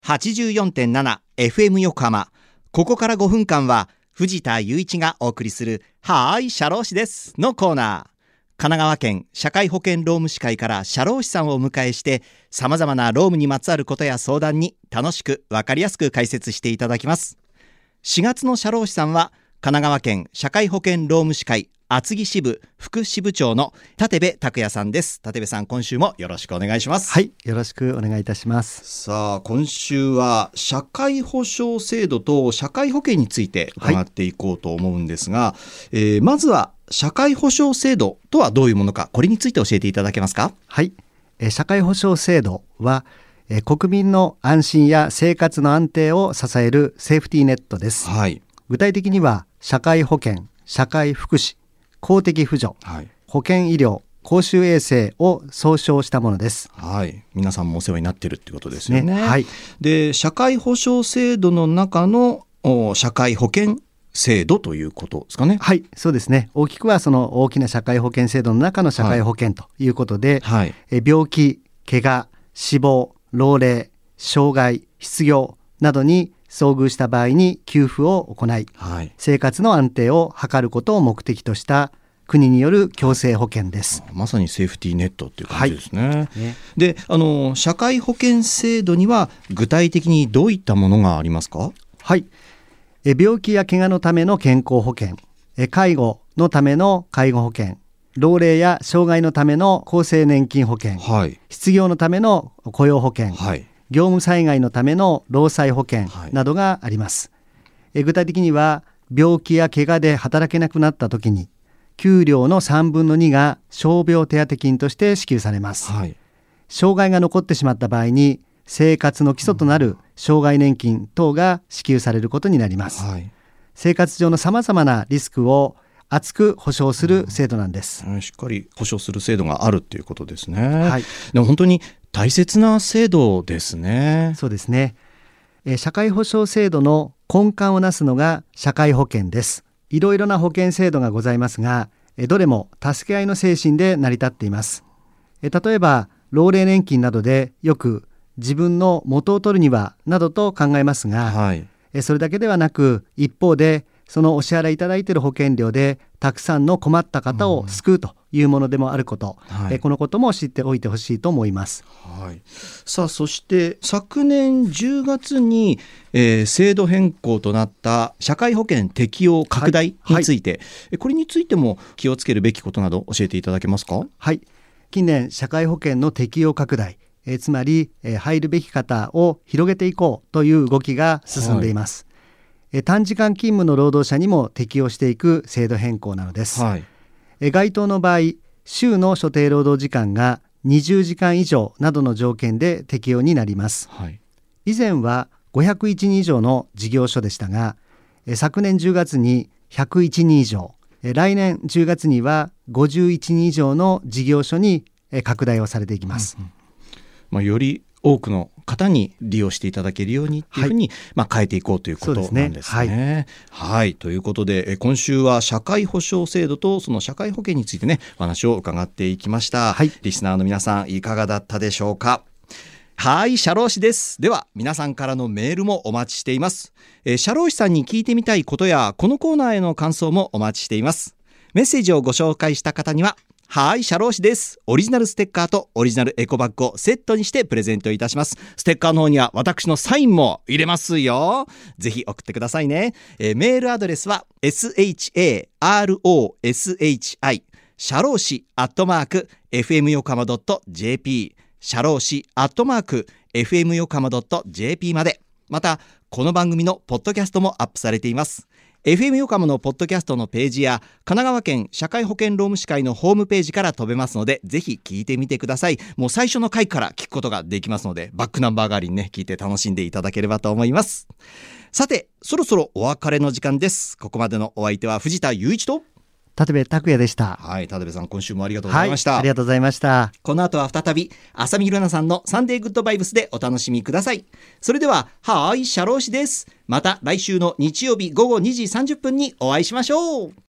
84.7FM 横浜。ここから5分間は藤田雄一がお送りするはーい社労士ですのコーナー。神奈川県社会保険労務士会から社労士さんをお迎えして、様々な労務にまつわることや相談に楽しく分かりやすく解説していただきます。4月の社労士さんは神奈川県社会保険労務士会厚木支部副支部長の立部拓也さんです。立部さん、今週もよろしくお願いします。 はい、よろしくお願いいたします。 さあ、今週は社会保障制度と社会保険について伺っていこうと思うんですが、まずは社会保障制度とはどういうものか、これについて教えていただけますか？ はい、社会保障制度は国民の安心や生活の安定を支えるセーフティーネットです。 はい、 具体的には社会保険、社会福祉、公的扶助、保険医療、公衆衛生を総称したものです。 はい、皆さんもお世話になっているということですよね。 はい、 で、社会保障制度の中の社会保険制度ということですかね？ はい、そうですね。大きくはその大きな社会保険制度の中の社会保険ということで、病気、怪我、死亡、老齢、障害、失業などに遭遇した場合に給付を行い、生活の安定を図ることを目的とした国による強制保険です。 まさにセーフティーネットっていう感じですね。で、社会保険制度には具体的にどういったものがありますか？ はい、病気や怪我のための健康保険、介護のための介護保険、老齢や障害のための厚生年金保険、失業のための雇用保険、業務災害のための労災保険などがあります。具体的には病気や怪我で働けなくなった時に給料の3分の2が傷病手当金として支給されます。障害が残ってしまった場合に生活の基礎となる障害年金等が支給されることになります。生活上のさまざまなリスクを厚く保障する制度なんです。 しっかり保障する制度があるということですね。でも本当に大切な制度ですね。 そうですね。社会保障制度の根幹をなすのが社会保険です。いろいろな保険制度がございますが、どれも助け合いの精神で成り立っています。例えば老齢年金などでよく自分の元を取るにはなどと考えますが、それだけではなく、一方でそのお支払いいただいている保険料でたくさんの困った方を救うというものでもあること、このことも知っておいてほしいと思います。 さあ、そして昨年10月に、制度変更となった社会保険適用拡大について、これについても気をつけるべきことなど教えていただけますか？ はい、近年社会保険の適用拡大、つまり、入るべき方を広げていこうという動きが進んでいます。短時間勤務の労働者にも適用していく制度変更なのです。該当の場合、週の所定労働時間が20時間以上などの条件で適用になります。以前は501人以上の事業所でしたが、昨年10月に101人以上、来年10月には51人以上の事業所に拡大をされていきます。 より多くの方に利用していただけるようにというふうに、変えていこうということなんですね。ということで、今週は社会保障制度とその社会保険についてね、お話を伺っていきました。リスナーの皆さん、いかがだったでしょうか？はい、社労士です。では皆さんからのメールもお待ちしています。社労士さんに聞いてみたいことやこのコーナーへの感想もお待ちしています。メッセージをご紹介した方には、はい、社労士です。オリジナルステッカーとオリジナルエコバッグをセットにしてプレゼントいたします。ステッカーの方には私のサインも入れますよ。ぜひ送ってくださいね。メールアドレスは sharoshi 社労士@fm 横浜 .jp 社労士@fm 横浜 .jp まで。またこの番組のポッドキャストもアップされています。FM 横浜のポッドキャストのページや神奈川県社会保険労務士会のホームページから飛べますので、ぜひ聞いてみてください。もう最初の回から聞くことができますので、バックナンバー代わりにね、聞いて楽しんでいただければと思います。さて、そろそろお別れの時間です。ここまでのお相手は藤田雄一と立部拓也でした。 立部さん、今週もありがとうございました。 ありがとうございました。 この後は再び浅見ゆるなさんのサンデーグッドバイブスでお楽しみください。それでは、はい、社労士です。また来週の日曜日午後2時30分にお会いしましょう。